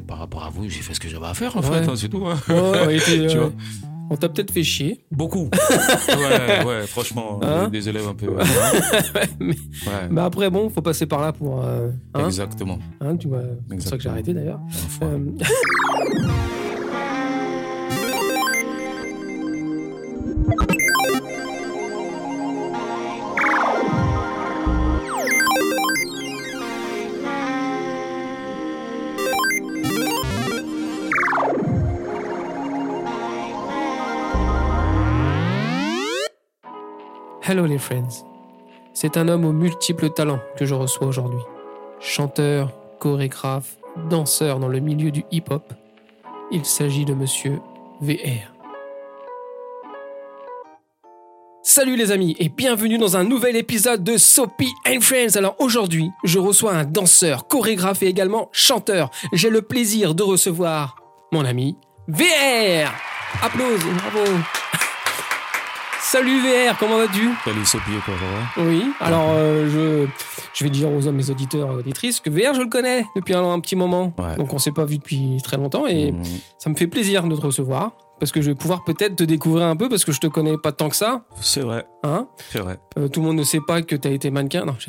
par rapport à vous, j'ai fait ce que j'avais à faire, en fait, hein, c'est tout. Hein. Tu vois. On t'a peut-être fait chier. Beaucoup. ouais, franchement, des élèves un peu. Mais après, bon, faut passer par là pour. Exactement. Tu vois, c'est pour ça que j'ai arrêté d'ailleurs. Hello les friends. C'est un homme aux multiples talents que je reçois aujourd'hui. Chanteur, chorégraphe, danseur dans le milieu du hip-hop. Il s'agit de monsieur VR. Salut les amis et bienvenue dans un nouvel épisode de Soapy and Friends. Alors aujourd'hui, je reçois un danseur, chorégraphe et également chanteur. J'ai le plaisir de recevoir mon ami VR. Applause, bravo. Salut VR, comment vas-tu ? Salut Soapy, quoi, ça va ? Oui, alors je vais dire aux hommes et auditeurs et auditrices que VR, je le connais depuis un petit moment. Ouais. Donc on ne s'est pas vu depuis très longtemps et ça me fait plaisir de te recevoir. Parce que je vais pouvoir peut-être te découvrir un peu parce que je te connais pas tant que ça. C'est vrai. C'est vrai. Tout le monde ne sait pas que tu as été mannequin. Non,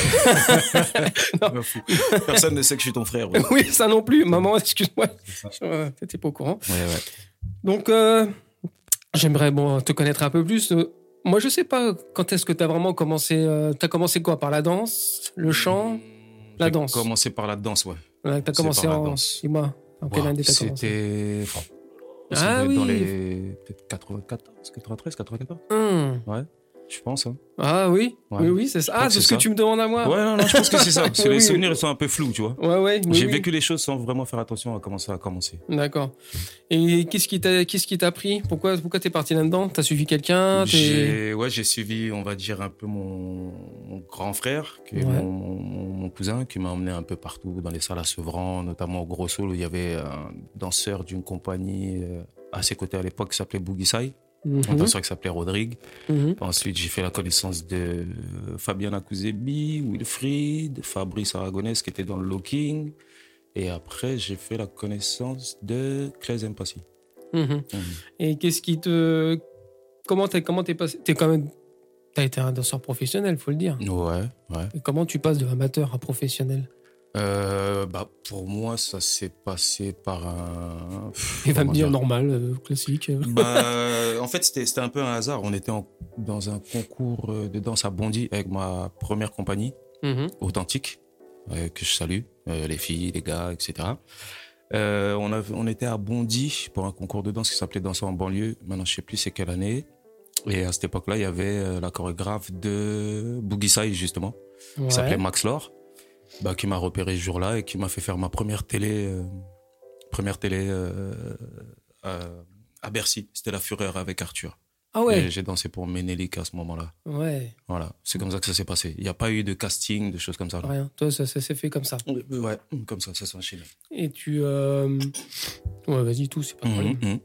non. Personne ne sait que je suis ton frère. Ouais. Oui, ça non plus. Maman, excuse-moi. T'étais pas au courant. Ouais. Donc, j'aimerais te connaître un peu plus. Moi, je sais pas quand est-ce que tu as vraiment commencé. T'as commencé quoi ? Par la danse, le chant, la danse. J'ai commencé par la danse, ouais. T'as commencé en. Dis-moi. En quelle année t'as commencé ? C'était dans les peut-être 93, 94. Ouais, je pense. Hein. Ah oui, ouais. oui, c'est ça. Ah, c'est ce que tu me demandes à moi. Ouais, non, je pense que c'est ça. Parce que les souvenirs ils sont un peu flous, tu vois. Ouais. J'ai vécu les choses sans vraiment faire attention à comment ça a commencé. D'accord. Et qu'est-ce qui t'a pris ? Pourquoi t'es parti là-dedans ? T'as suivi quelqu'un ? J'ai suivi, on va dire, un peu mon grand frère, qui est mon cousin, qui m'a emmené un peu partout dans les salles à Sevran, notamment au Gros Saul, où il y avait un danseur d'une compagnie à ses côtés à l'époque qui s'appelait Boogie Sai. Un danseur qui s'appelait Rodrigue. Ensuite, j'ai fait la connaissance de Fabiana Kouzebi, Wilfried, Fabrice Aragonès qui était dans le locking. Et après, j'ai fait la connaissance de Claise Mpassi. Et qu'est-ce qui te... Comment t'es passé ? T'as été un danseur professionnel, faut le dire. Ouais. Et comment tu passes de amateur à professionnel ? Pour moi, ça s'est passé par un... Il va me dire normal, classique. En fait, c'était un peu un hasard. On était dans un concours de danse à Bondy avec ma première compagnie, Authentique, que je salue, les filles, les gars, etc. On était à Bondy pour un concours de danse qui s'appelait Danser en banlieue. Maintenant, je ne sais plus c'est quelle année. Et à cette époque-là, il y avait la chorégraphe de Boogie Sai, justement, qui s'appelait Max Laure. Qui m'a repéré ce jour-là et qui m'a fait faire ma première télé à Bercy. C'était La Fureur avec Arthur. Ah ouais. Et j'ai dansé pour Ménélique à ce moment-là. Ouais. Voilà, c'est comme ça que ça s'est passé. Il n'y a pas eu de casting, de choses comme ça. Là. Rien. Toi, ça s'est fait comme ça. Ouais, comme ça s'est enchaîné. Et tu... Ouais, vas-y, tout, c'est pas de problème.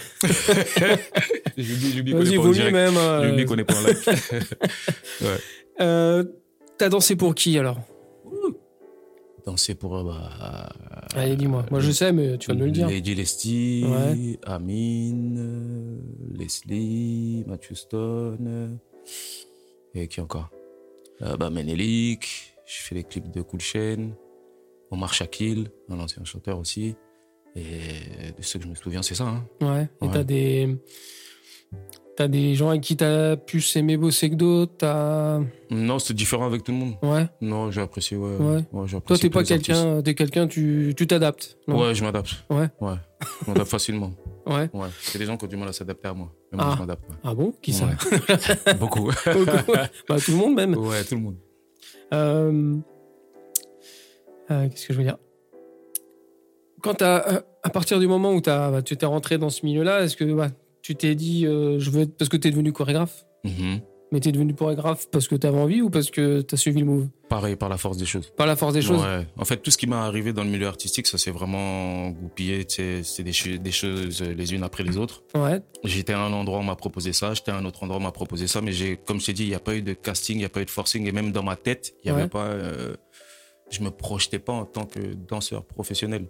J'oublie vas-y, qu'on est vaut mieux même. J'oublie qu'on est pas en live. Ouais. T'as dansé pour qui, alors ? Danser pour... Allez, dis-moi. Moi, je sais, mais tu vas me le dire. Lady Leslie, Amine, Leslie, Matthew Stone, et qui encore Ménélique, je fais les clips de Cool Chain, Omar Shakil, un ancien chanteur aussi, et de ceux que je me souviens, c'est ça. Hein. Ouais, et t'as des gens avec qui t'as pu s'aimer bosser que d'autres, Non, c'est différent avec tout le monde. Ouais. Non, j'ai apprécié, ouais j'ai apprécié. Toi, t'es pas quelqu'un, tu t'adaptes. Non ouais, je m'adapte. Ouais. Je m'adapte facilement. Ouais. C'est des gens qui ont du mal à s'adapter à moi. Mais moi, je m'adapte. Ouais. Ah bon ? Qui ça ? Beaucoup. Tout le monde même. Ouais, tout le monde. Qu'est-ce que je veux dire ? Quand à partir du moment où tu t'es rentré dans ce milieu-là, est-ce que tu t'es dit je veux être parce que t'es devenu chorégraphe Mais t'es devenu chorégraphe parce que t'avais envie ou parce que t'as suivi le move ? Pareil, par la force des choses. Par la force des choses ? Ouais. En fait, tout ce qui m'est arrivé dans le milieu artistique, ça s'est vraiment goupillé. C'est des choses les unes après les autres. Ouais. J'étais à un endroit, on m'a proposé ça. J'étais à un autre endroit, on m'a proposé ça. Mais comme je t'ai dit, il n'y a pas eu de casting, il n'y a pas eu de forcing. Et même dans ma tête, il n'y avait pas... je me projetais pas en tant que danseur professionnel.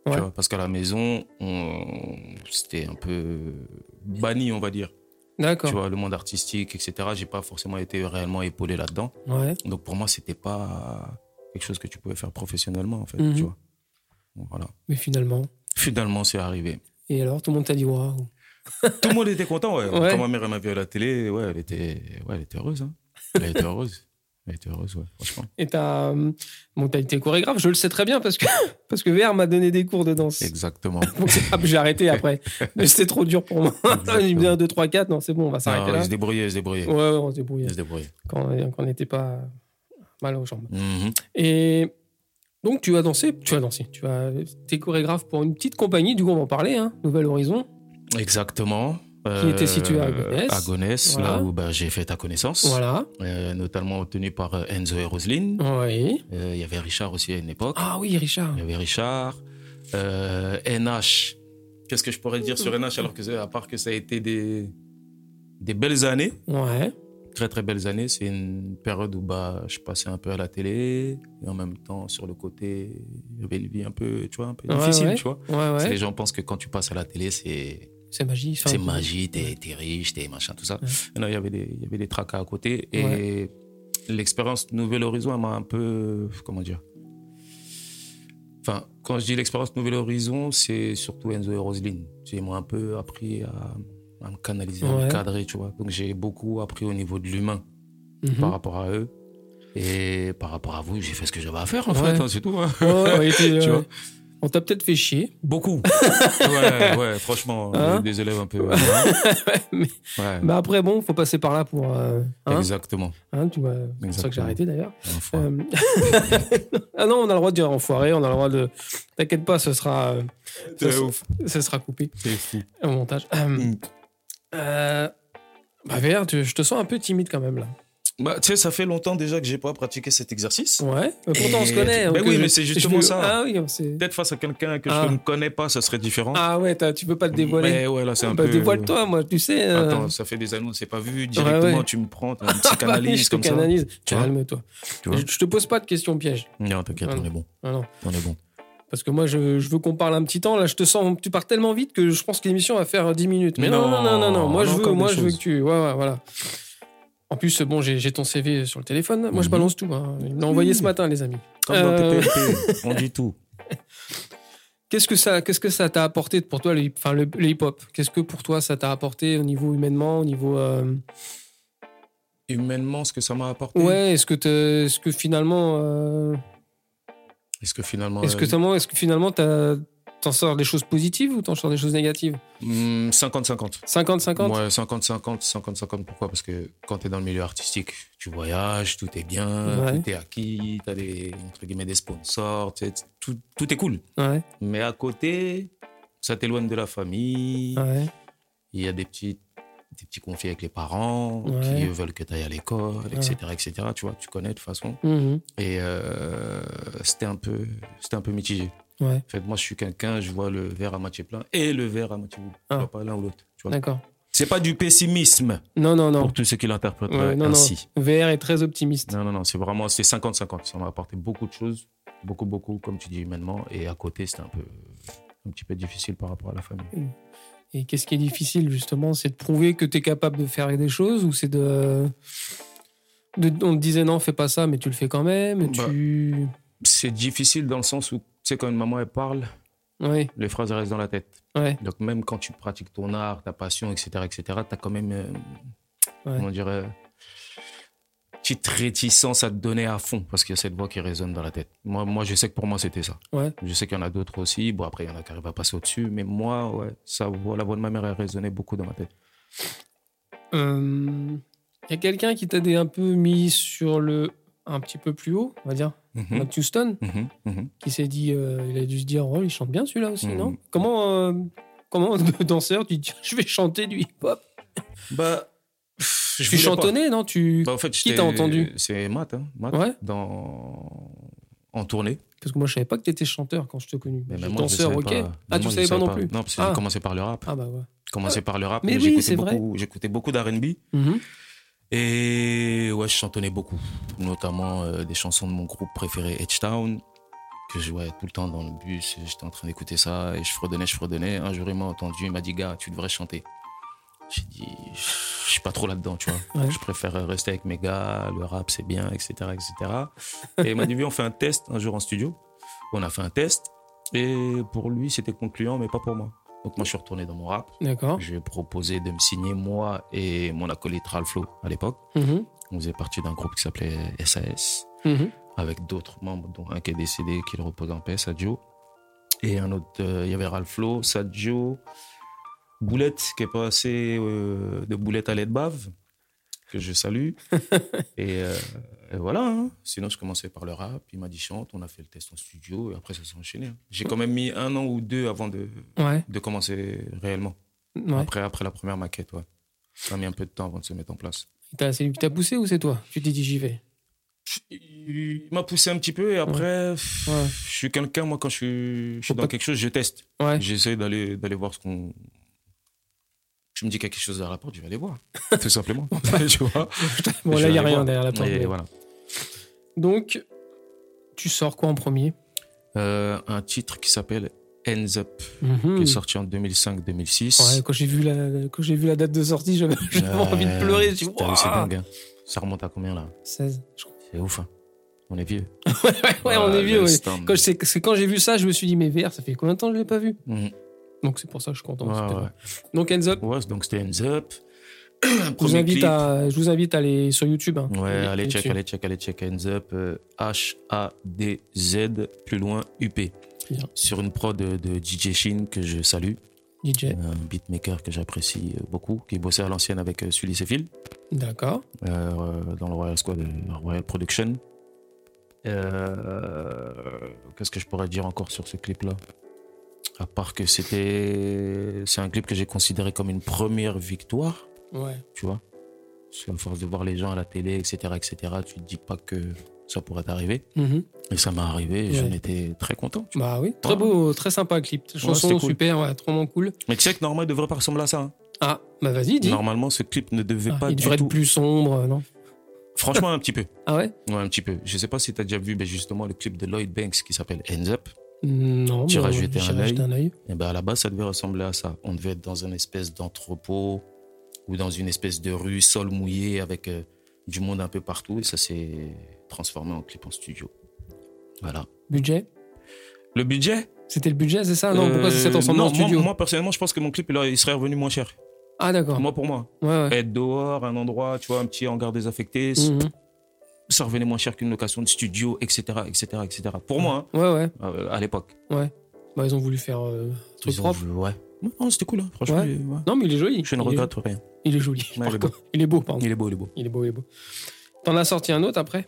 Tu vois, parce qu'à la maison, c'était un peu banni, on va dire. D'accord. Tu vois, le monde artistique, etc. J'ai pas forcément été réellement épaulé là-dedans. Ouais. Donc pour moi, c'était pas quelque chose que tu pouvais faire professionnellement, en fait. Tu vois. Donc, voilà. Mais finalement, c'est arrivé. Et alors, tout le monde t'a dit waouh. Tout le monde était content, ouais. Quand ma mère m'a vu à la télé, elle était heureuse. Hein. Elle était heureuse. Elle était heureuse, ouais, franchement. Et t'as été chorégraphe, je le sais très bien parce que VR m'a donné des cours de danse. Exactement. J'ai arrêté après. Mais c'était trop dur pour moi. Il me dit 1, 2, 3, 4, non, c'est bon, on va s'arrêter là. Il se débrouillait. Ouais, on se débrouillait. Quand on n'était pas mal aux jambes. Et donc, tu as dansé. T'es chorégraphe pour une petite compagnie, du coup, on va en parler, hein, Nouvel Horizon. Exactement. Qui était situé à Gonesse. À Gonesse, voilà. Là où j'ai fait ta connaissance. Voilà. Notamment obtenu par Enzo et Roselyne. Oui. Il y avait Richard aussi à une époque. Ah oui, Richard. Il y avait Richard. NH. Qu'est-ce que je pourrais dire sur NH alors à part que ça a été des belles années. Ouais. Très, très belles années. C'est une période où je passais un peu à la télé et en même temps, sur le côté, il y avait une vie un peu difficile, tu vois. Ouais. Les gens pensent que quand tu passes à la télé, c'est magie. C'est magie, t'es riche, t'es machin, tout ça. Ouais. Non, il y avait des tracas à côté. Et l'expérience Nouvel Horizon, elle m'a un peu... Comment dire ? Enfin, quand je dis l'expérience Nouvel Horizon, c'est surtout Enzo et Roselyne. Ils m'ont un peu appris à me canaliser, à me cadrer, tu vois. Donc, j'ai beaucoup appris au niveau de l'humain par rapport à eux. Et par rapport à vous, j'ai fait ce que j'avais à faire, en fait, hein, c'est tout. Hein. Tu vois. On t'a peut-être fait chier. Beaucoup. ouais, franchement, des élèves un peu... mais après, bon, faut passer par là pour... Exactement. Tu vois, c'est pour ça que j'ai arrêté, d'ailleurs. Ah non, on a le droit de dire enfoiré, on a le droit de... T'inquiète pas, ce sera coupé. C'est fou. Au montage. VR, je te sens un peu timide quand même, là. Tu sais, ça fait longtemps déjà que j'ai pas pratiqué cet exercice. Ouais, mais pourtant on se connaît. Oui, mais c'est justement ça. Ah oui, peut-être face à quelqu'un que je ne connais pas, ça serait différent. Ah ouais, tu peux pas te dévoiler. Mais ouais, là c'est un peu... Dévoile-toi, moi, tu sais. Attends, ça fait des années, on s'est pas vu directement. Tu me prends, tu as une psychanalyse comme ça. Calme-toi. Je te pose pas de questions pièges. Non, t'inquiète, on est bon. Non. On est bon. Parce que moi, je veux qu'on parle un petit temps. Là, je te sens, tu pars tellement vite que je pense que l'émission va faire 10 minutes. Mais non. Moi, je veux que tu... Ouais, voilà. En plus, bon, j'ai ton CV sur le téléphone. Moi, je balance tout. Hein. Il me l'a envoyé ce matin, les amis. Comme dans TPMP, on dit tout. Qu'est-ce que ça t'a apporté pour toi, le hip-hop ? Qu'est-ce que pour toi, ça t'a apporté au niveau humainement, au niveau... Humainement, ce que ça m'a apporté ? Ouais, est-ce que finalement... Est-ce que finalement, t'en sors des choses positives ou t'en sors des choses négatives ? 50-50. 50-50 ? Ouais, 50-50. Pourquoi ? Parce que quand t'es dans le milieu artistique, tu voyages, tout est bien, tout est acquis, t'as entre guillemets, des sponsors, tout est cool. Ouais. Mais à côté, ça t'éloigne de la famille. Ouais. Il y a des petits conflits avec les parents qui veulent que tu ailles à l'école, etc. Tu vois, tu connais de toute façon. Et c'était un peu mitigé. Ouais. En fait, moi, je suis quelqu'un, je vois le verre à moitié plein et le verre à moitié vide. Je vois pas l'un ou l'autre. Tu vois. D'accord. C'est pas du pessimisme. Non. Pour tous ceux qui l'interprètent ainsi. Non. VR est très optimiste. Non. C'est 50-50. Ça m'a apporté beaucoup de choses. Beaucoup, comme tu dis, humainement. Et à côté, c'était un petit peu difficile par rapport à la famille. Et qu'est-ce qui est difficile, justement ? C'est de prouver que tu es capable de faire des choses ou c'est on te disait non, fais pas ça, mais tu le fais quand même C'est difficile dans le sens où, tu sais, quand une maman, elle parle, les phrases restent dans la tête. Ouais. Donc, même quand tu pratiques ton art, ta passion, etc., tu as quand même, comment dire, petite réticence à te donner à fond parce qu'il y a cette voix qui résonne dans la tête. Moi, je sais que pour moi, c'était ça. Ouais. Je sais qu'il y en a d'autres aussi. Bon, après, il y en a qui arrivent à passer au-dessus. Mais moi, la voix de ma mère, elle résonnait beaucoup dans ma tête. Y a quelqu'un qui t'a un peu mis sur un petit peu plus haut, on va dire, Matt Houston, qui s'est dit, il a dû se dire, oh, il chante bien celui-là aussi, non ? Comment, danseur, tu dis, je vais chanter du hip-hop ? Tu chantonnais, non ? En fait, qui t'a entendu ? C'est Matt, ouais. En tournée. Parce que moi, je savais pas que tu étais chanteur quand je t'ai connu. Mais danseur, ok. Tu savais pas non plus ? Non, parce que j'ai commencé par le rap. Ah bah ouais. Commencé par le rap, mais j'écoutais beaucoup d'R&B. Et ouais, je chantonnais beaucoup. Notamment des chansons de mon groupe préféré, H-Town, que je jouais tout le temps dans le bus. J'étais en train d'écouter ça et je fredonnais. Un jour, il m'a entendu, il m'a dit, gars, tu devrais chanter. J'ai dit, je suis pas trop là-dedans, tu vois. Ouais. Je préfère rester avec mes gars, le rap, c'est bien, etc., etc. Et il m'a dit, viens, on fait un test un jour en studio. On a fait un test et pour lui, c'était concluant, mais pas pour moi. Donc moi, je suis retourné dans mon rap. D'accord. Je lui ai proposé de me signer, moi et mon acolyte Ralflo, à l'époque. Mm-hmm. On faisait partie d'un groupe qui s'appelait SAS, avec d'autres membres, dont un qui est décédé, qui le repose en paix, Sadio. Et un autre, il y avait Ralflo, Sadio, Boulette, qui est passé de Boulette à l'aide bave, que je salue. et voilà, hein. Sinon, je commençais par le rap. Il m'a dit chante, on a fait le test en studio et après, ça s'est enchaîné. Hein. J'ai quand même mis 1 an ou 2 avant de commencer réellement. Ouais. Après la première maquette, ouais. Ça a mis un peu de temps avant de se mettre en place. C'est lui qui t'a poussé ou c'est toi? Tu t'es dit j'y vais? Il m'a poussé un petit peu et après, je suis quelqu'un, moi, quand je suis dans quelque chose, je teste. Ouais. J'essaie d'aller voir ce qu'on... Tu me dis quelque chose derrière la porte, je vais aller voir, tout simplement. Tu vois. Bon, là, il n'y a rien derrière la porte. Et voilà. Donc, tu sors quoi en premier? Un titre qui s'appelle Hands Up, qui est sorti en 2005-2006. Ouais, quand j'ai vu la date de sortie, j'avais envie de pleurer. C'est dingue. Hein. Ça remonte à combien là? 16, je crois. C'est ouf. Hein. On est vieux. ouais, on est vieux. Ouais. Quand j'ai vu ça, je me suis dit, mais VR, ça fait combien de temps que je ne l'ai pas vu? Donc c'est pour ça que je suis content. Ouais. Donc Hands Up. Ouais, donc c'était Hands Up. Je vous invite à aller sur YouTube. Hein. Ouais, allez check Hands Up. HADZ, plus loin, UP. Bien. Sur une prod de DJ Shin que je salue. DJ. Un beatmaker que j'apprécie beaucoup, qui bossait à l'ancienne avec Sully Sefil. D'accord. Dans le Royal Squad, Royal Production. Qu'est-ce que je pourrais dire encore sur ce clip-là? À part que c'est un clip que j'ai considéré comme une première victoire. Ouais. Tu vois? Parce qu'à force de voir les gens à la télé, etc., tu te dis pas que ça pourrait t'arriver. Et ça m'est arrivé et j'en étais très content. Bah oui, très beau, très sympa le clip. Chanson cool. Super, ouais, trop cool. Mais tu sais que normalement, il devrait pas ressembler à ça. Hein. Ah, bah vas-y, dis. Normalement, ce clip ne devait pas du tout... Il devrait être plus sombre, non? Franchement, un petit peu. Ah ouais? Ouais, un petit peu. Je sais pas si tu as déjà vu justement le clip de Lloyd Banks qui s'appelle Hands Up. Non, tu iras jeter un œil. Et ben à la base, ça devait ressembler à ça. On devait être dans une espèce d'entrepôt ou dans une espèce de rue, sol mouillé, avec du monde un peu partout. Et ça s'est transformé en clip en studio. Voilà. Budget? Le budget? C'était le budget, c'est ça? Non, pourquoi ça s'est transformé en studio? Moi, personnellement, je pense que mon clip, il serait revenu moins cher. Ah, d'accord. Moi, pour moi. Ouais. Être dehors, un endroit, tu vois, un petit hangar désaffecté, ça revenait moins cher qu'une location de studio, etc. Pour moi, hein, à l'époque. Ouais. Bah, ils ont voulu faire un truc propre. Ouais. Non, c'était cool, hein, franchement. Ouais. Non, mais il est joli. Je ne regrette rien. Il est joli. Ouais, il est beau. Il est beau, pardon. Il est beau. T'en as sorti un autre après?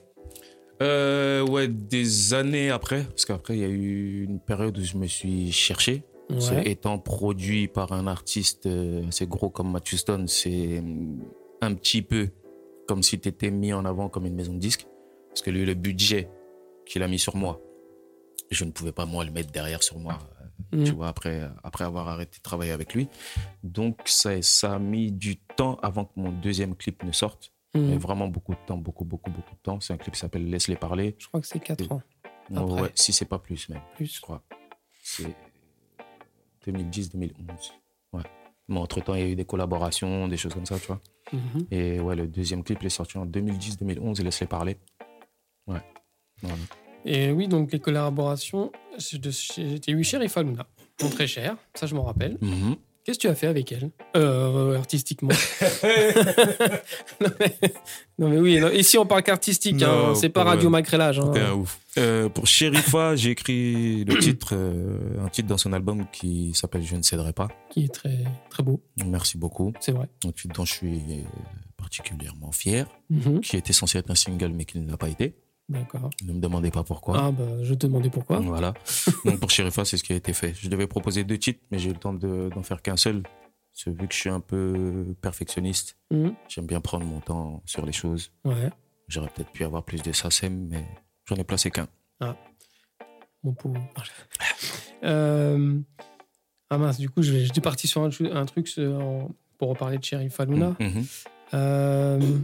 Ouais, des années après. Parce qu'après, il y a eu une période où je me suis cherché. Ouais. Étant produit par un artiste assez gros comme Matthew Stone, c'est un petit peu comme si tu étais mis en avant comme une maison de disques. Parce que lui, le budget qu'il a mis sur moi, je ne pouvais pas, moi, le mettre derrière sur moi, tu vois, après avoir arrêté de travailler avec lui. Donc, ça a mis du temps avant que mon deuxième clip ne sorte. Mais vraiment beaucoup de temps, beaucoup de temps. C'est un clip qui s'appelle Laisse-les parler. Je crois que c'est 4 ans. Ouais, si c'est pas plus même. Plus. Je crois. C'est 2010-2011. Ouais. Mais entre-temps, il y a eu des collaborations, des choses comme ça, tu vois. Et ouais, le deuxième clip, il est sorti en 2010-2011 et Laisse-les parler. Ouais. Voilà. Et oui, donc les collaborations, j'ai eu Cherif Halouna, très cher, ça je m'en rappelle. Qu'est-ce que tu as fait avec elle artistiquement? non mais oui, ici on parle qu'artistique, hein, c'est pas Radio Macrélage. T'es un ouf. Pour Chérifa, j'ai écrit un titre dans son album qui s'appelle Je ne céderai pas. Qui est très, très beau. Merci beaucoup. C'est vrai. Un titre dont je suis particulièrement fier, qui était censé être un single mais qui ne l'a pas été. D'accord. Ne me demandez pas pourquoi. Ah bah, je te demandais pourquoi. Voilà. Donc pour Chérifa, c'est ce qui a été fait. Je devais proposer 2 titres, mais j'ai eu le temps d'en faire qu'un seul. Parce que vu que je suis un peu perfectionniste, j'aime bien prendre mon temps sur les choses. Ouais. J'aurais peut-être pu avoir plus de SACEM, mais j'en ai placé qu'un. Ah. Mon pauvre. Ah mince, du coup, j'étais parti sur un truc pour reparler de Cherif Halouna.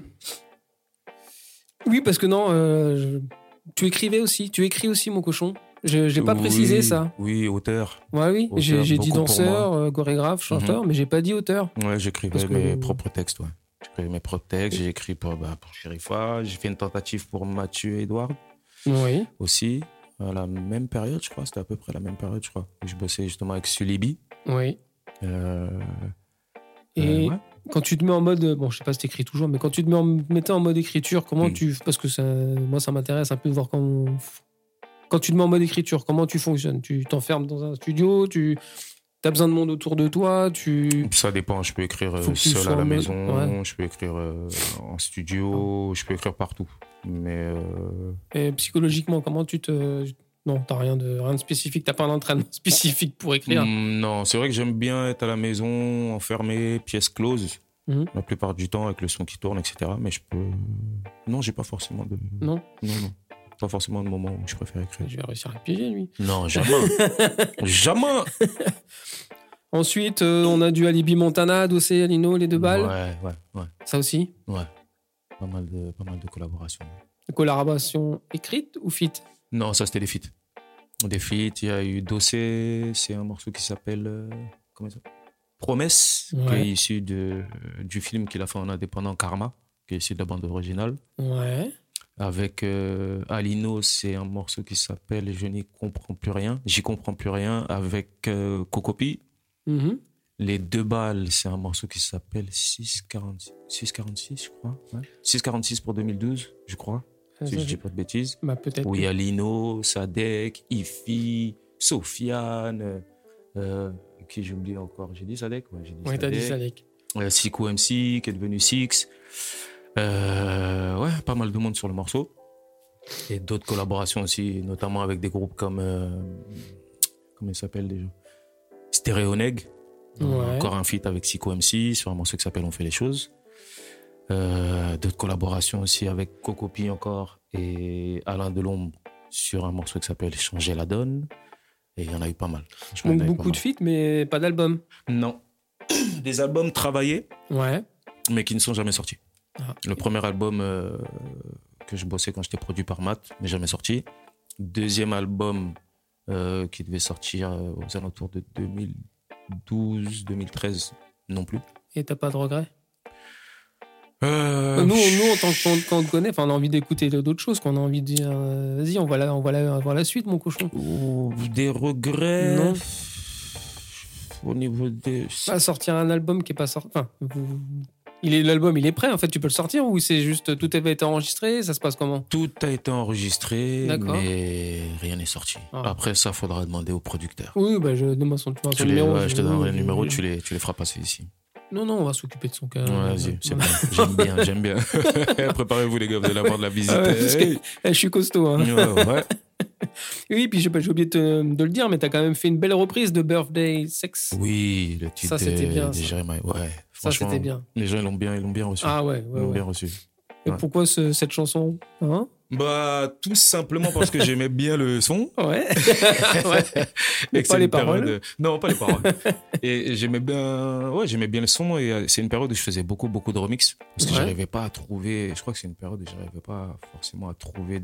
Oui, parce que non, tu écris aussi, mon cochon. J'ai pas précisé ça. Oui, auteur. Ouais, oui. Auteur, J'ai dit beaucoup pour danseur, chorégraphe, chanteur, mais j'ai pas dit auteur. Ouais, j'écrivais mes propres textes, ouais. J'écrivais mes propres textes, j'ai écrit pour Sherifa, j'ai fait une tentative pour Mathieu et Edouard. Oui. Aussi, à la même période, je crois. C'était à peu près la même période, je crois. Je bossais justement avec Sulibi. Oui. Ouais. Quand tu te mets en mode, bon, je sais pas si t'écris toujours, mais quand tu te mettais en mode écriture, comment parce que moi, ça m'intéresse un peu de voir quand tu te mets en mode écriture, comment tu fonctionnes? Tu t'enfermes dans un studio, t'as besoin de monde autour de toi, Ça dépend, je peux écrire seul à la maison, je peux écrire en studio, je peux écrire partout. Mais Et psychologiquement, comment tu te... Non, t'as rien de spécifique, t'as pas un entraînement spécifique pour écrire. Non, c'est vrai que j'aime bien être à la maison, enfermé, pièce close, la plupart du temps avec le son qui tourne, etc. Mais je peux... Non, j'ai pas forcément de... Non. Pas forcément de moment où je préfère écrire. Je vais réussir à le piéger, lui. Non, jamais. Jamais. Ensuite, on a du Alibi Montana, Dossé, Alino, les 2 balles. Ouais. Ça aussi? Ouais. Pas mal de collaborations. Collaboration écrite ou feat? Non, ça c'était des feats. Des feats, il y a eu Dossé, c'est un morceau qui s'appelle comment ça s'appelle ? Promesse, qui est issu du film qu'il a fait en indépendant Karma, qui est issu de la bande originale. Ouais. Avec Alino, c'est un morceau qui s'appelle Je n'y comprends plus rien. J'y comprends plus rien avec Kokopi. Les 2 balles, c'est un morceau qui s'appelle 646, je crois. Ouais. 646 pour 2012, je crois. Si je dis pas de bêtises. Bah, peut-être. Où il y a Lino, Sadek, Ifi, Sofiane, qui j'ai oublié encore. J'ai dit Sadek? Ouais, j'ai dit Sadek. T'as dit Sadek. Siku MC, qui est devenu Six. Ouais, pas mal de monde sur le morceau. Et d'autres collaborations aussi, notamment avec des groupes comme... comment il s'appelle déjà? Stéréoneg. Encore un feat avec Siku MC sur un morceau qui s'appelle On fait les choses. D'autres collaborations aussi avec Kokopi encore et Alain Delombe sur un morceau qui s'appelle Changer la donne. Et il y en a eu pas mal. Donc beaucoup de feats, mais pas d'album. Non. Des albums travaillés, mais qui ne sont jamais sortis. Le premier album que je bossais quand j'étais produit par Matt n'est jamais sorti. Deuxième album qui devait sortir aux alentours de 2012, 2013 non plus. Et t'as pas de regrets? Nous, en tant qu'on te connaît, on a envie d'écouter d'autres choses, qu'on a envie de dire vas-y, on va la suite, mon cochon. Des regrets? Non. Au niveau des... Pas sortir un album qui est pas sorti. L'album, il est prêt, en fait, tu peux le sortir ou c'est juste tout avait été enregistré, ça se passe comment? Tout a été enregistré, mais rien n'est sorti. Après, ça, faudra demander au producteur. Oui, donne-moi son numéro. Je te donnerai le numéro, tu les feras passer ici. Non, on va s'occuper de son cas. Vas-y, c'est bien. J'aime bien. Préparez-vous, les gars, vous allez avoir de la visite. Je suis costaud. Hein. Ouais. Oui, puis j'ai oublié de le dire, mais t'as quand même fait une belle reprise de Birthday Sex. Oui, le titre c'était bien, de Jérémie. Ouais, ça, c'était bien. Les gens, ils l'ont bien reçu. Ah ouais. Ils l'ont bien reçu. Et pourquoi cette chanson, hein? Tout simplement parce que j'aimais bien le son. Ouais. Et pas les paroles. Non, pas les paroles. Et j'aimais bien le son. Et c'est une période où je faisais beaucoup de remix. Parce que j'arrivais pas à trouver. Je crois que c'est une période où j'arrivais pas forcément à trouver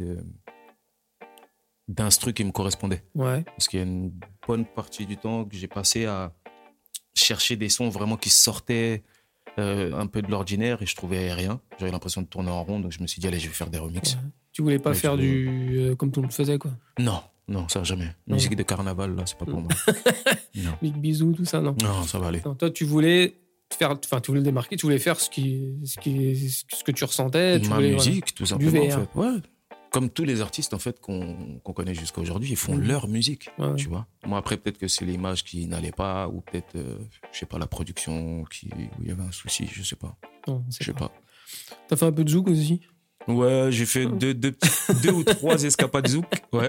d'instru qui me correspondait. Ouais. Parce qu'il y a une bonne partie du temps que j'ai passé à chercher des sons vraiment qui sortaient un peu de l'ordinaire et je trouvais rien. J'avais l'impression de tourner en rond, donc je me suis dit allez, je vais faire des remixes. Ouais. Tu voulais pas faire comme tout le monde faisait, quoi? Non, ça jamais. Non. Musique de carnaval, là, c'est pas pour moi. Non. Big bisous, tout ça, non? Non, ça va aller. Non, toi, tu voulais tu voulais le démarquer, tu voulais faire ce que tu ressentais. Ma musique, tout simplement. Du VR. En fait. Ouais. Comme tous les artistes en fait qu'on connaît jusqu'à aujourd'hui, ils font leur musique, tu vois. Moi après peut-être que c'est l'image qui n'allait pas ou peut-être je sais pas la production où il y avait un souci, je sais pas. Non, je sais pas. T'as fait un peu de zouk aussi? Ouais, j'ai fait deux ou trois escapades zouk. Ouais.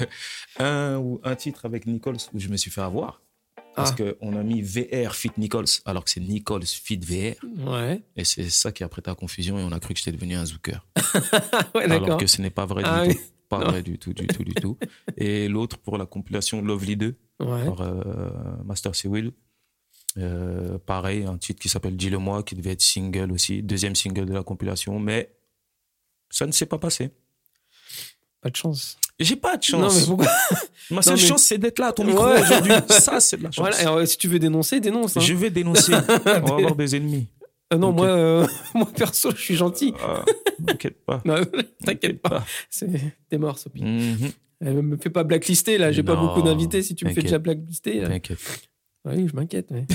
un titre avec Nichols où je me suis fait avoir. Parce qu'on a mis VR fit Nichols, alors que c'est Nichols fit VR. Ouais. Et c'est ça qui a prêté à confusion et on a cru que j'étais devenu un zouker. Ouais, alors que ce n'est pas vrai du tout. Pas vrai du tout. Et l'autre pour la compilation Lovely 2 par Master C. Will. Pareil, un titre qui s'appelle Dis-le-moi, qui devait être single aussi, deuxième single de la compilation, mais ça ne s'est pas passé. Pas de chance. J'ai pas de chance. Non, mais pourquoi? Ma seule chance, c'est d'être là à ton micro aujourd'hui. Ça, c'est de la chance. Voilà, alors, si tu veux dénoncer, dénonce. Hein. Je vais dénoncer. On va avoir des ennemis. Non, moi, perso, je suis gentil. T'inquiète pas. Non, t'inquiète pas. T'es mort, Sophie. Me fais pas blacklister, là. J'ai pas beaucoup d'invités si tu me fais déjà blacklister. T'inquiète. Oui, je m'inquiète. Ouais.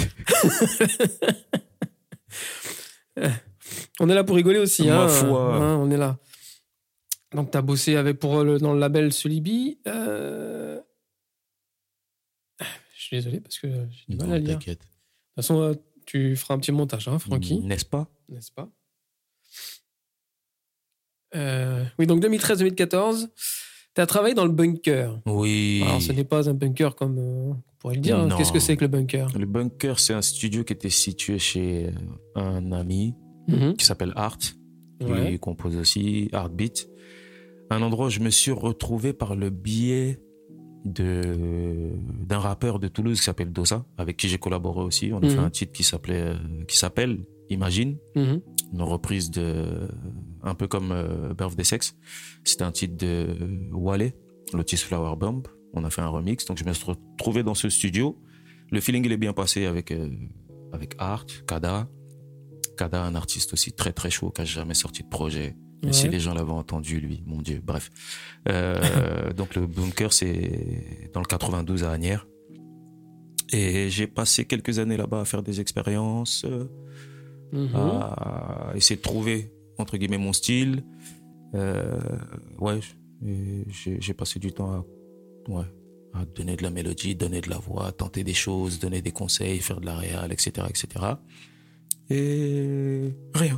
On est là pour rigoler aussi. Ma foi. On est là. Donc, tu as bossé dans le label Solibi. Je suis désolé parce que j'ai du mal à lire. T'inquiète. De toute façon, tu feras un petit montage, hein, Francky. N'est-ce pas? Oui, donc 2013-2014, tu as travaillé dans le bunker. Oui. Alors, ce n'est pas un bunker comme on pourrait le dire. Hein. Qu'est-ce que c'est que le bunker? Le bunker, c'est un studio qui était situé chez un ami qui s'appelle Art. Il compose aussi Heartbeat. Un endroit où je me suis retrouvé par le biais d'un rappeur de Toulouse qui s'appelle Dosa, avec qui j'ai collaboré aussi. On a fait un titre qui s'appelle Imagine, une reprise un peu comme Birthday Sex. C'était un titre de Wale, Lotus Flower Bomb. On a fait un remix, donc je me suis retrouvé dans ce studio. Le feeling il est bien passé avec Art, Kada, un artiste aussi très très chaud qui a jamais sorti de projet. Mais si les gens l'avaient entendu, lui, mon Dieu, bref. Donc le bunker, c'est dans le 92 à Asnières. Et j'ai passé quelques années là-bas à faire des expériences, à essayer de trouver, entre guillemets, mon style. J'ai passé du temps à donner de la mélodie, donner de la voix, tenter des choses, donner des conseils, faire de la réal, etc., etc. Et rien.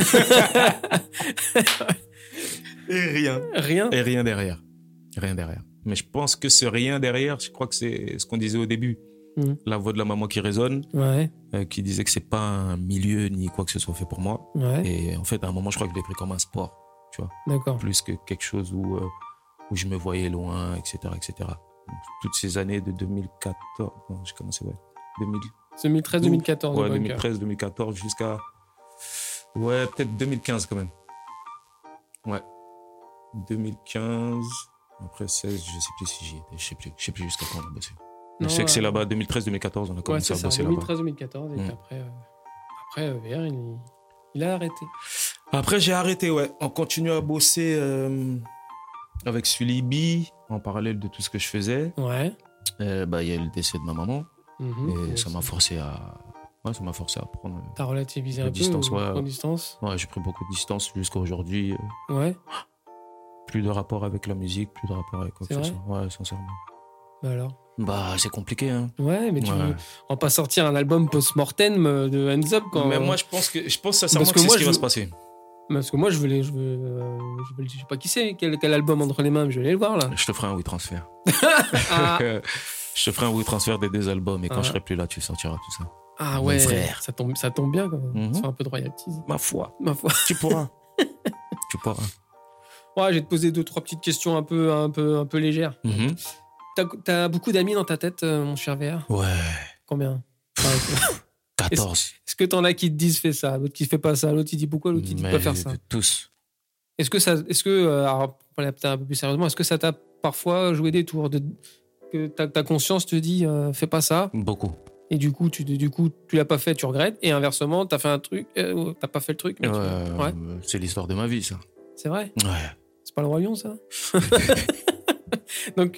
Et rien derrière. Mais je pense que ce rien derrière, je crois que c'est ce qu'on disait au début. La voix de la maman qui résonne, qui disait que c'est pas un milieu ni quoi que ce soit fait pour moi. Et en fait, à un moment, je crois que je l'ai pris comme un sport, tu vois. D'accord. Plus que quelque chose où je me voyais loin, etc., etc. Donc, toutes ces années de 2014, non, j'ai commencé, 2013-2014. Ouais, 2013-2014 jusqu'à... Ouais, peut-être 2015 quand même. Ouais. 2015... Après 16, je sais plus si j'y étais. Je sais plus jusqu'à quand on a bossé. Je sais que c'est là-bas, 2013-2014, on a commencé à bosser là-bas. 2013-2014, et après VR, il a arrêté. Après, j'ai arrêté, On continue à bosser avec Sulibi, en parallèle de tout ce que je faisais. Ouais. Il y a eu le décès de ma maman. Et ça m'a forcé à prendre. T'as relativisé un peu distance, distance. Ouais, j'ai pris beaucoup de distance jusqu'à aujourd'hui. Ouais. Plus de rapport avec la musique, plus de rapport avec quoi que ce soit. Ouais, sincèrement. Bah alors? C'est compliqué, hein. Ouais, mais on va pas sortir un album post-mortem de Hands Up quand. Mais moi, je pense sincèrement que c'est ce qui va se passer. Parce que moi, je sais pas qui c'est, quel album entre les mains, mais je vais aller le voir là. Je te ferai un WeTransfer. Je te ferai un WeTransfer des 2 albums et quand je serai plus là, tu sortiras tout ça. Ah ouais, frère. Ça tombe bien quand même. Ça fait un peu de royalties. Ma foi. Tu pourras. Ouais, je vais te poser 2-3 petites questions un peu légères. T'as beaucoup d'amis dans ta tête, mon cher VR? Ouais. Combien? 14. Est-ce que t'en as qui te disent fais ça, l'autre qui fait pas ça, l'autre qui dit pourquoi, l'autre qui dit pas faire ça? Tous. Alors, peut-être un peu plus sérieusement, est-ce que ça t'a parfois joué des tours que ta conscience te dit fais pas ça? Beaucoup. Et du coup, tu l'as pas fait, tu regrettes. Et inversement, t'as fait un truc, t'as pas fait le truc. Mais c'est l'histoire de ma vie, ça. C'est vrai? Ouais. C'est pas le Roi Lion, ça? Donc.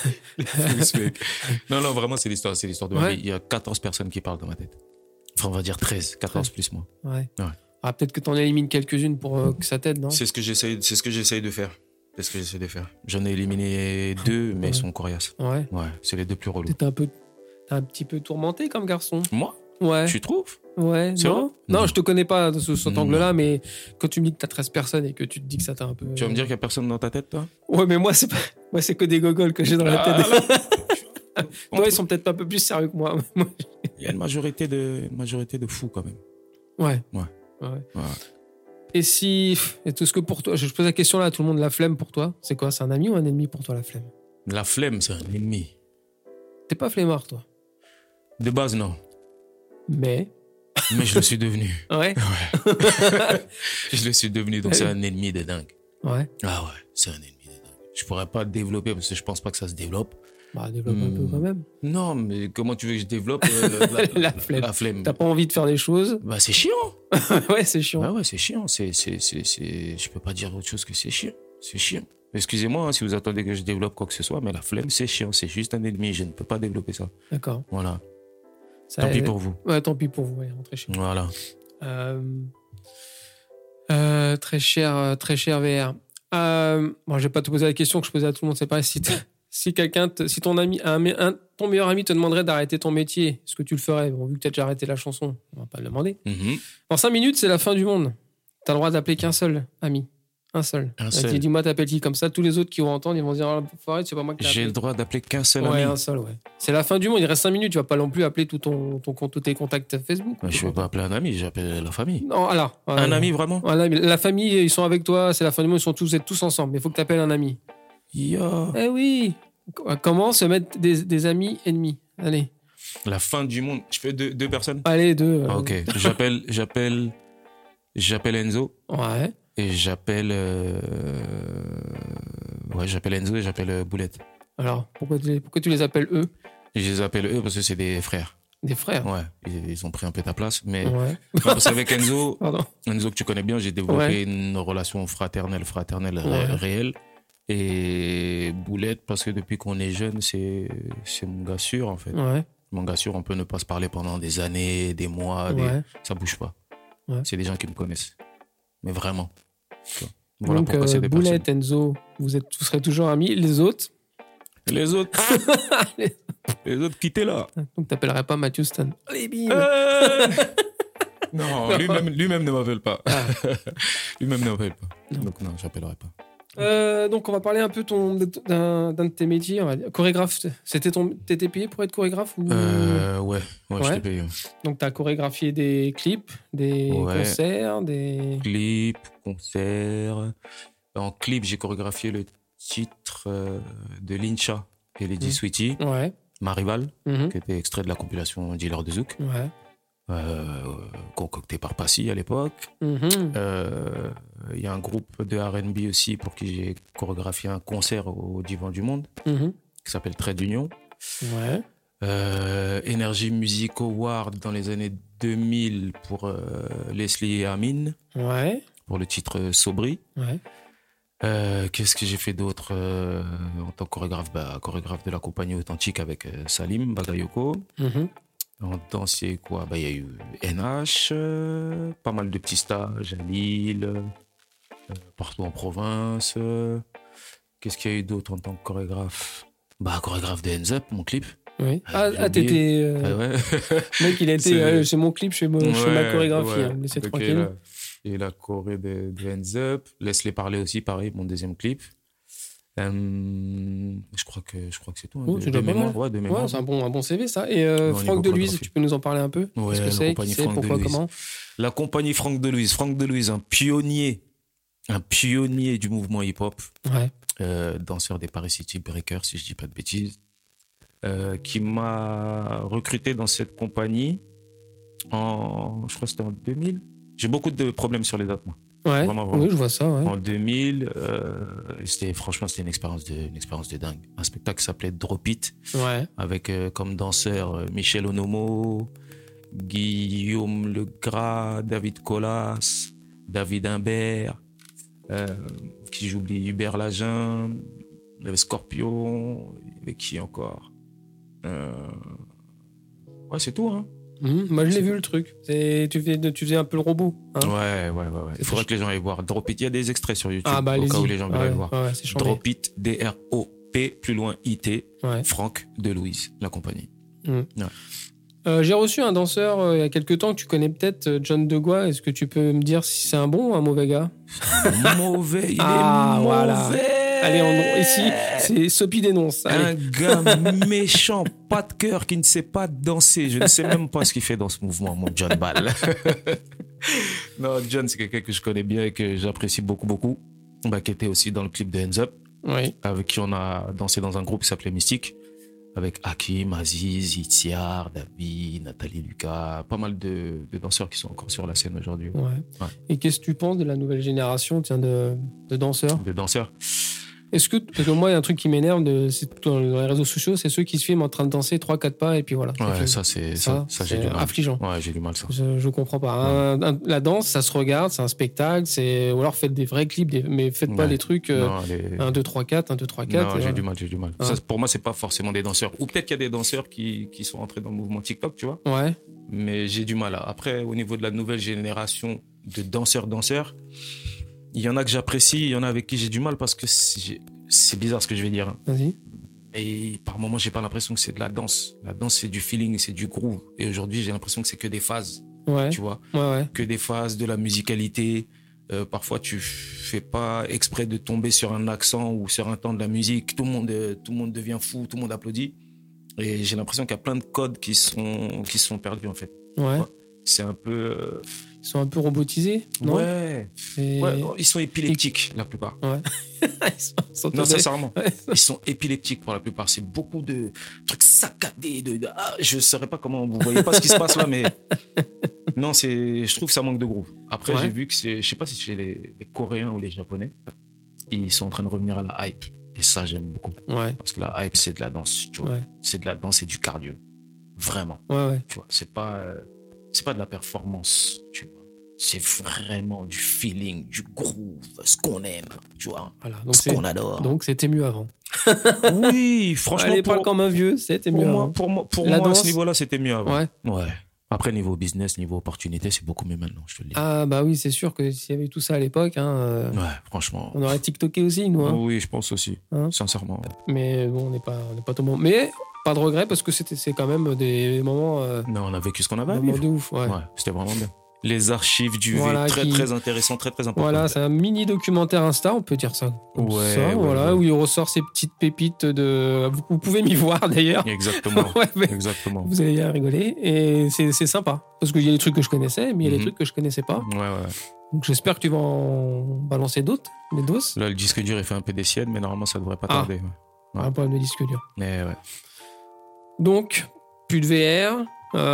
Non, vraiment, c'est l'histoire de ma vie. Il y a 14 personnes qui parlent dans ma tête. Enfin, on va dire 13, 14 plus moi. Ouais. Ah, peut-être que t'en élimines quelques-unes pour que ça t'aide, non? C'est ce que j'essaye de faire. J'en ai éliminé 2, mais ils sont coriaces. Ouais, c'est les 2 plus relous. T'es un petit peu tourmenté comme garçon. Moi? Ouais. Tu trouves? Ouais, non, je te connais pas sous cet angle-là, mais quand tu me dis que t'as 13 personnes et que tu te dis que ça t'a un peu... Tu vas me dire qu'il y a personne dans ta tête, toi? Ouais, mais moi, c'est que des gogoles que j'ai dans la tête. Toi, ils sont peut-être un peu plus sérieux que moi. Il y a une majorité de fous, quand même. Ouais. Et est-ce que pour toi, je pose la question là à tout le monde, la flemme pour toi, c'est quoi? C'est un ami ou un ennemi pour toi, la flemme? La flemme, c'est un ennemi. T'es pas flemmard, toi? De base, non. Mais je le suis devenu. Ouais. Je le suis devenu, donc c'est un ennemi de dingue. Ouais. Ah ouais, c'est un ennemi de dingue. Je pourrais pas développer parce que je pense pas que ça se développe. Bah, développe un peu quand même. Non, mais comment tu veux que je développe la flemme. T'as pas envie de faire des choses. Bah, c'est chiant. Ouais, c'est chiant. Ouais, c'est chiant. Je peux pas dire autre chose que c'est chiant. C'est chiant. Excusez-moi si vous attendez que je développe quoi que ce soit, mais la flemme, c'est chiant. C'est juste un ennemi. Je ne peux pas développer ça. D'accord. Voilà. Tant pis pour vous. Ouais, tant pis pour vous. Allez, rentrez chez vous. Voilà. Très cher VR. Bon, je vais pas te poser la question que je posais à tout le monde. C'est pareil. Si ton ton meilleur ami te demanderait d'arrêter ton métier, est-ce que tu le ferais? Bon, vu que tu as déjà arrêté la chanson, on va pas le demander. En 5 minutes, c'est la fin du monde. Tu as le droit d'appeler qu'un seul ami. Un seul. Dis-moi, t'appelles qui? Comme ça, tous les autres qui vont entendre, ils vont se dire, c'est pas moi qui t'ai appelé. J'ai le droit d'appeler qu'un seul ami. Ouais, un seul, ouais. C'est la fin du monde, il reste 5 minutes, tu vas pas non plus appeler tous tes contacts Facebook. Je vais pas appeler un ami, j'appelle la famille. Non, alors. Un ami, vraiment? La famille, ils sont avec toi, c'est la fin du monde, vous êtes tous ensemble, mais il faut que tu appelles un ami. Eh oui! Comment se mettre des amis ennemis? Allez. La fin du monde. Je fais deux personnes? Allez, 2. Ok. J'appelle Enzo. Ouais. Et j'appelle Enzo et j'appelle Boulette. Alors, pourquoi tu les appelles eux? Je les appelle eux parce que c'est des frères. Des frères? Ouais. Ils ont pris un peu ta place. Mais ouais. Parce qu'avec Enzo, Enzo que tu connais bien, j'ai développé une relation fraternelle réelle. Et Boulette, parce que depuis qu'on est jeune, c'est mon gars sûr, en fait. Ouais. Mon gars sûr, on peut ne pas se parler pendant des années, des mois, ça bouge pas. Ouais. C'est des gens qui me connaissent. Mais vraiment. Voilà. Donc, pourquoi c'est des Boulette, personnes. Enzo, vous serez toujours amis. Les autres? Les autres, quittez là. Donc, t'appellerais pas Matthew Stan. Allez, bim. Non, lui-même ne m'appelle pas. Lui-même ne m'appelle pas. Non. Donc, non, j'appellerai pas. Donc on va parler un peu d'un de tes métiers, on va dire. Chorégraphe. T'étais payé pour être chorégraphe ou... Ouais, j'étais payé. Donc t'as chorégraphié des clips, des concerts, des... Clips, concerts. En clip, j'ai chorégraphié le titre de Lincha et Lady Sweetie, Ma Rivale, qui était extrait de la compilation Dealer de Zouk. Ouais. Concocté par Passy à l'époque. Il y a un groupe de R&B aussi pour qui j'ai chorégraphié un concert au Divan du Monde qui s'appelle Trait d'Union. Energy Music Award dans les années 2000 pour Leslie et Amine pour le titre Sobri. Qu'est-ce que j'ai fait d'autre en tant que chorégraphe de la compagnie authentique avec Salim Bagayoko. En danse, il y a eu quoi? Il y a eu NH, pas mal de petits stages à Lille, partout en province. Qu'est-ce qu'il y a eu d'autre en tant que chorégraphe? Chorégraphe de Hands Up, mon clip. Oui. T'étais... Mec, il a été... c'est mon clip, chez ma chorégraphie. Laissez tranquille. Et la choré de Hands Up. Laisse-les parler aussi, pareil, mon deuxième clip. Je crois que c'est tout. De mémoire. C'est un bon CV, ça. Et Franck Deluise, tu peux nous en parler un peu? Qu'est-ce que c'est? Qui c'est? Pourquoi? Comment? La compagnie Franck Deluise. Franck Deluise, un pionnier du mouvement hip-hop. Danseur des Paris City Breakers, si je dis pas de bêtises. Qui m'a recruté dans cette compagnie je crois que c'était en 2000. J'ai beaucoup de problèmes sur les dates, moi. Vraiment. Oui, je vois ça. En 2000, c'était une expérience de dingue. Un spectacle qui s'appelait Drop It, avec comme danseurs Michel Onomo, Guillaume Legras, David Colas, David Imbert, qui j'oublie, Hubert Lajeun, il y avait Scorpion, avec qui encore? C'est tout, hein. Moi, je l'ai vu, le truc. Tu faisais un peu le robot. Hein. Ouais. Il faudrait que les gens aillent voir. Drop It, il y a des extraits sur YouTube au cas où les gens veulent aller voir. Drop It, D-R-O-P, plus loin, I-T, Franck Deluise, la compagnie. J'ai reçu un danseur il y a quelques temps que tu connais peut-être, John Degois. Est-ce que tu peux me dire si c'est un bon ou un mauvais gars? Mauvais, il est mauvais. Voilà. Allez, ici, c'est Sopi dénonce. Allez. Un gars méchant, pas de cœur, qui ne sait pas danser. Je ne sais même pas ce qu'il fait dans ce mouvement, mon John Ball. Non, John, c'est quelqu'un que je connais bien et que j'apprécie beaucoup, beaucoup. Qui était aussi dans le clip de Hands Up. Avec qui on a dansé dans un groupe qui s'appelait Mystique. Avec Hakim, Aziz, Itziar, David, Nathalie Lucas. Pas mal de danseurs qui sont encore sur la scène aujourd'hui. Et qu'est-ce que tu penses de la nouvelle génération de danseurs? De danseurs. Parce que moi, il y a un truc qui m'énerve dans les réseaux sociaux, c'est ceux qui se filment en train de danser 3-4 pas et puis voilà. Ouais, ça, j'ai du mal. Affligeant. Ouais, j'ai du mal, ça. Je comprends pas. La danse, ça se regarde, c'est un spectacle, ou alors faites des vrais clips, mais faites pas les trucs 1, 2, 3, 4, 1, 2, 3, 4. Non, j'ai du mal. Ça, pour moi, c'est pas forcément des danseurs. Ou peut-être qu'il y a des danseurs qui sont entrés dans le mouvement TikTok, tu vois. Ouais. Mais j'ai du mal. Après, au niveau de la nouvelle génération de danseurs, il y en a que j'apprécie, il y en a avec qui j'ai du mal parce que c'est bizarre ce que je vais dire. Vas-y. Et par moments, j'ai pas l'impression que c'est de la danse. La danse, c'est du feeling, c'est du groove. Et aujourd'hui, j'ai l'impression que c'est que des phases. Ouais. Tu vois. Ouais. Que des phases, de la musicalité. Parfois, tu fais pas exprès de tomber sur un accent ou sur un temps de la musique. Tout le monde devient fou, tout le monde applaudit. Et j'ai l'impression qu'il y a plein de codes qui sont perdus, en fait. Ouais. C'est un peu... Ils sont un peu robotisés, non? Ouais. Ils sont épileptiques, la plupart. Ouais. Non, sincèrement. Ouais. Ils sont épileptiques pour la plupart. C'est beaucoup de trucs saccadés. Je ne saurais pas comment... Vous voyez pas ce qui se passe là, mais... Non, je trouve que ça manque de groove. Après, j'ai vu que je ne sais pas si c'est les Coréens ou les Japonais. Ils sont en train de revenir à la hype. Et ça, j'aime beaucoup. Ouais. Parce que la hype, c'est de la danse. Tu vois. Ouais. C'est de la danse et du cardio. Vraiment. Ouais. Tu vois, c'est pas de la performance, tu vois. C'est vraiment du feeling, du groove, ce qu'on aime, tu vois. Voilà, donc ce qu'on adore. Donc c'était mieux avant. Oui, franchement. Allez, parle comme un vieux, c'était mieux avant. Pour moi, à ce niveau-là, c'était mieux avant. Ouais. Après, niveau business, niveau opportunité, c'est beaucoup mieux maintenant, je te le dis. Ah, bah oui, c'est sûr que s'il y avait tout ça à l'époque. Ouais, franchement. On aurait TikToké aussi, nous. Oui, je pense aussi, sincèrement. Mais bon, on n'est pas tout le monde. Mais pas de regret parce que c'est quand même des moments. Non, on a vécu ce qu'on avait à vivre. De ouf, ouais. C'était vraiment bien. Les archives du V, très intéressant, très important. Voilà, c'est un mini documentaire Insta, on peut dire ça. Où il ressort ces petites pépites de. Vous pouvez m'y voir d'ailleurs. Exactement. Exactement. Vous allez bien rigoler et c'est sympa parce qu'il y a des trucs que je connaissais, mais il y a des trucs que je connaissais pas. Ouais. Donc j'espère que tu vas en balancer d'autres, des doses. Là, le disque dur, il fait un peu des siennes, mais normalement, ça devrait pas tarder. Un problème de disque dur. Mais ouais. Donc, plus de VR.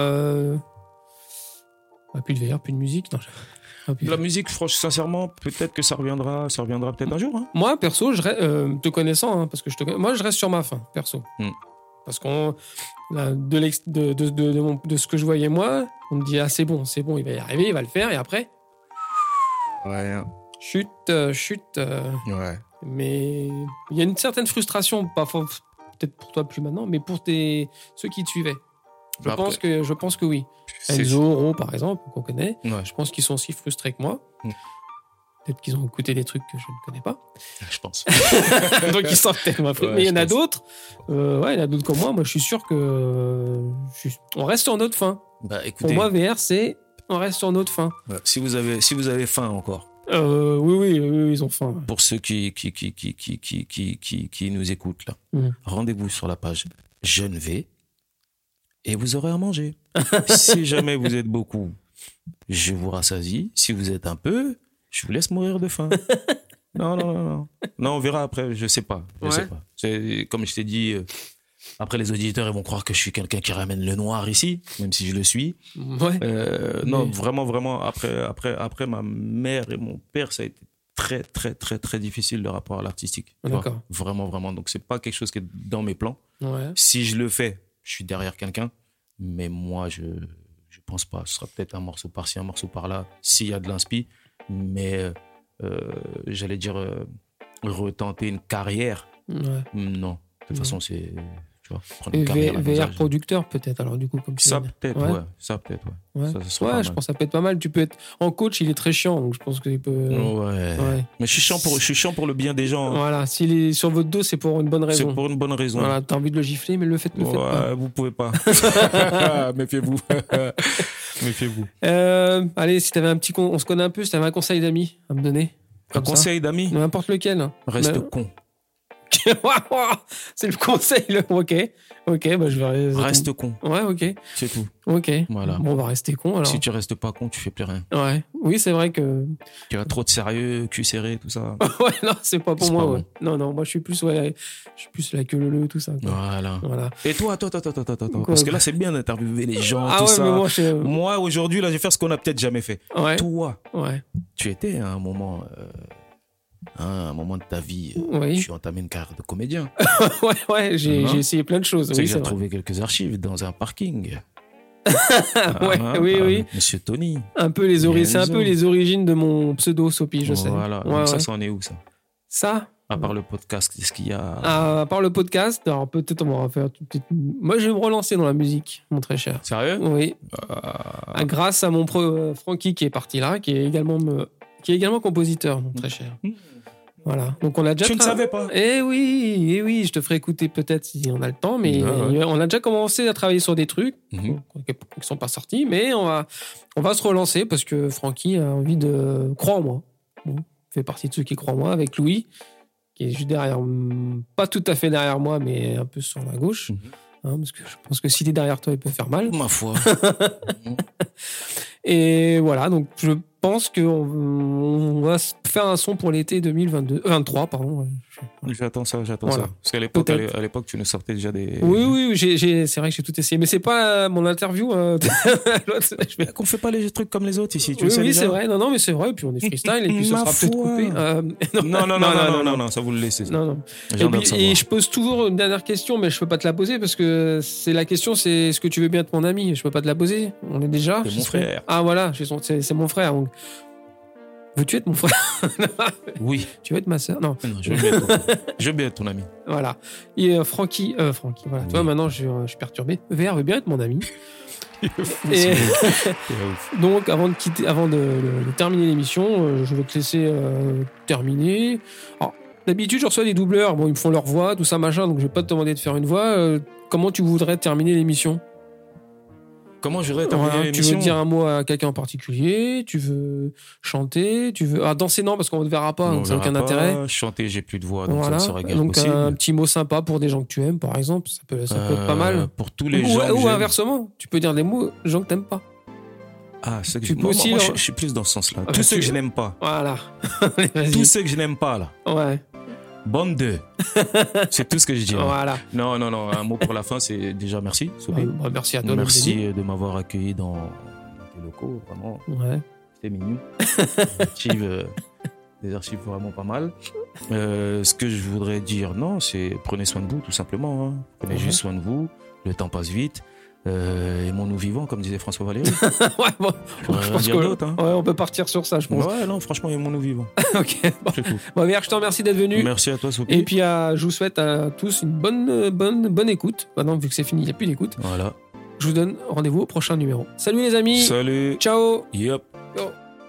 Plus de VR, plus de musique. Non, la musique, franchement, sincèrement, peut-être que ça reviendra peut-être un jour. Hein. Moi, perso, te connaissant, parce que moi, je reste sur ma faim, perso. Parce qu'on, de ce que je voyais moi, on me dit c'est bon, il va y arriver, il va le faire, et après. Ouais. Chute. Ouais. Mais il y a une certaine frustration, peut-être pour toi plus maintenant, mais pour ceux qui te suivaient. Je pense que oui. Enzo, Ro, par exemple, qu'on connaît, je pense qu'ils sont aussi frustrés que moi. Peut-être qu'ils ont écouté des trucs que je ne connais pas. Je pense. Donc ils sont peut-être moins frustrés. Mais il y en a d'autres. Il y en a d'autres comme moi. Moi, je suis sûr que on reste sur notre faim. Écoutez, pour moi, VR, c'est on reste sur notre faim. Si vous avez faim encore. Oui, ils ont faim. Pour ceux qui nous écoutent là, rendez-vous sur la page Jeune V. Et vous aurez à manger. Si jamais vous êtes beaucoup, je vous rassasie. Si vous êtes un peu, je vous laisse mourir de faim. Non. Non, on verra après, je sais pas. C'est, comme je t'ai dit, après les auditeurs, ils vont croire que je suis quelqu'un qui ramène le noir ici, même si je le suis. Non, vraiment, après ma mère et mon père, ça a été très, très, très, très difficile le rapport à l'artistique. D'accord. Vraiment. Donc, c'est pas quelque chose qui est dans mes plans. Ouais. Si je le fais, je suis derrière quelqu'un, mais moi, je pense pas. Ce sera peut-être un morceau par-ci, un morceau par-là, s'il y a de l'inspi, mais j'allais dire retenter une carrière. Non, de toute façon, c'est... Tu vois, prendre une carrière. VR producteur, peut-être, alors du coup, comme ça, peut-être, ouais. Ça, je pense que ça peut être pas mal. Tu peux être... En coach, il est très chiant, donc je pense qu'il peut... Ouais. Mais je suis chiant pour le bien des gens. Voilà, s'il est sur votre dos, c'est pour une bonne raison. C'est pour une bonne raison. Voilà, t'as envie de le gifler, mais le faites pas. Vous pouvez pas. Méfiez-vous. Méfiez-vous. Allez, si t'avais on se connaît un peu, si t'avais un conseil d'amis à me donner. Un conseil d'amis? N'importe lequel. Reste con. C'est le conseil. Ok, je vais. Reste con. Ouais, ok. C'est tout. Ok. Voilà. Bon, on va rester con alors. Si tu restes pas con, tu fais plus rien. Ouais. Oui, c'est vrai que. Tu as trop de sérieux, cul serré, tout ça. Ouais, non, c'est pas pour moi. Bon. Non, moi je suis plus la queue leu, tout ça. Quoi. Voilà. Et toi, attends. Parce que là, c'est bien d'interviewer les gens, tout ça. Mais moi, aujourd'hui, là, je vais faire ce qu'on a peut-être jamais fait. Ouais. Toi, tu étais à un moment à un moment de ta vie, oui. tu as entamé une carrière de comédien. ouais, j'ai essayé plein de choses. Oui, j'ai trouvé quelques archives dans un parking. Oui. Monsieur Tony. C'est un peu les origines de mon pseudo Sopi, je sais. Voilà. Donc ça en est où, ça? Ça? À part le podcast, est-ce qu'il y a... À part le podcast, alors peut-être on va faire... Moi, je vais me relancer dans la musique, mon très cher. Sérieux? Oui. Grâce à mon Francky qui est parti là, qui est également compositeur, mon très cher. Voilà. Donc on a déjà. Tu ne savais pas? Eh oui, je te ferai écouter peut-être si on a le temps, mais on a déjà commencé à travailler sur des trucs qui sont pas sortis, mais on va se relancer parce que Francky a envie de croire en moi. Bon, fait partie de ceux qui croient en moi avec Louis, qui est juste derrière, pas tout à fait derrière moi, mais un peu sur la gauche. Parce que je pense que s'il est derrière toi, il peut faire mal. Ma foi. Et voilà, donc je pense qu'on va faire un son pour l'été 2023, pardon. J'attends ça. Voilà. Parce qu'à l'époque, tu nous sortais déjà des... Oui, c'est vrai que j'ai tout essayé. Mais c'est pas mon interview. Qu'on fait pas les trucs comme les autres ici. Oui, c'est vrai. Non, mais c'est vrai. Et puis on est freestyle. Et puis ce sera peut-être coupé. Non, ça vous le laissez. Non. Et je pose toujours une dernière question, mais je peux pas te la poser parce que la question, c'est est-ce que tu veux bien être mon ami? Je peux pas te la poser. On est déjà. C'est mon frère. Ah voilà, c'est mon frère. Donc... Veux-tu être mon frère? Oui. Tu veux être ma sœur? Non, je veux bien être ton ami. Voilà. Et Francky, voilà. Oui. Toi, maintenant, je suis perturbé. VR veut bien être mon ami. Et donc, avant de terminer l'émission, je vais te laisser terminer. Alors, d'habitude, je reçois des doubleurs. Bon, ils me font leur voix, tout ça, machin. Donc, je vais pas te demander de faire une voix. Comment tu voudrais terminer l'émission? Comment je voudrais terminer l'émission? Tu veux dire un mot à quelqu'un en particulier? Tu veux chanter? Tu veux danser? Non, parce qu'on ne verra pas, donc ça n'a aucun intérêt. Chanter, j'ai plus de voix, donc ça ne sera guère possible. Donc un petit mot sympa pour des gens que tu aimes, par exemple, ça peut être pas mal. Pour tous les gens. Ou inversement, tu peux dire des mots aux gens que tu n'aimes pas. Ah, c'est que moi, je suis plus dans ce sens-là. Tous ceux que je n'aime pas. Voilà. Tous ceux que je n'aime pas, là. Ouais. Bande de. C'est tout ce que je dis. Voilà. Non. Un mot pour la fin, c'est déjà merci. Merci à toi. Merci de m'avoir accueilli dans tes locaux. Vraiment. Ouais. C'était mignon. Des archives vraiment pas mal. Ce que je voudrais dire, c'est prenez soin de vous, tout simplement. Prenez juste soin de vous. Le temps passe vite. Aimons-nous vivants, comme disait François Valéry. Je pense on peut partir sur ça, je pense. Ouais, non, franchement, aimons-nous vivants. Ok. Je te remercie d'être venu. Merci à toi, Sophie. Et puis, je vous souhaite à tous une bonne écoute. Maintenant, vu que c'est fini, il n'y a plus d'écoute. Voilà. Je vous donne rendez-vous au prochain numéro. Salut les amis. Salut. Ciao. Yep. Yo.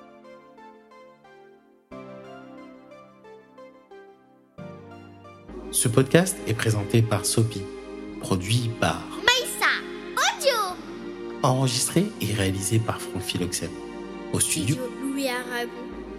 Ce podcast est présenté par Sopi, produit par enregistré et réalisé par Franck Philoxène. Au studio Louis Aragon.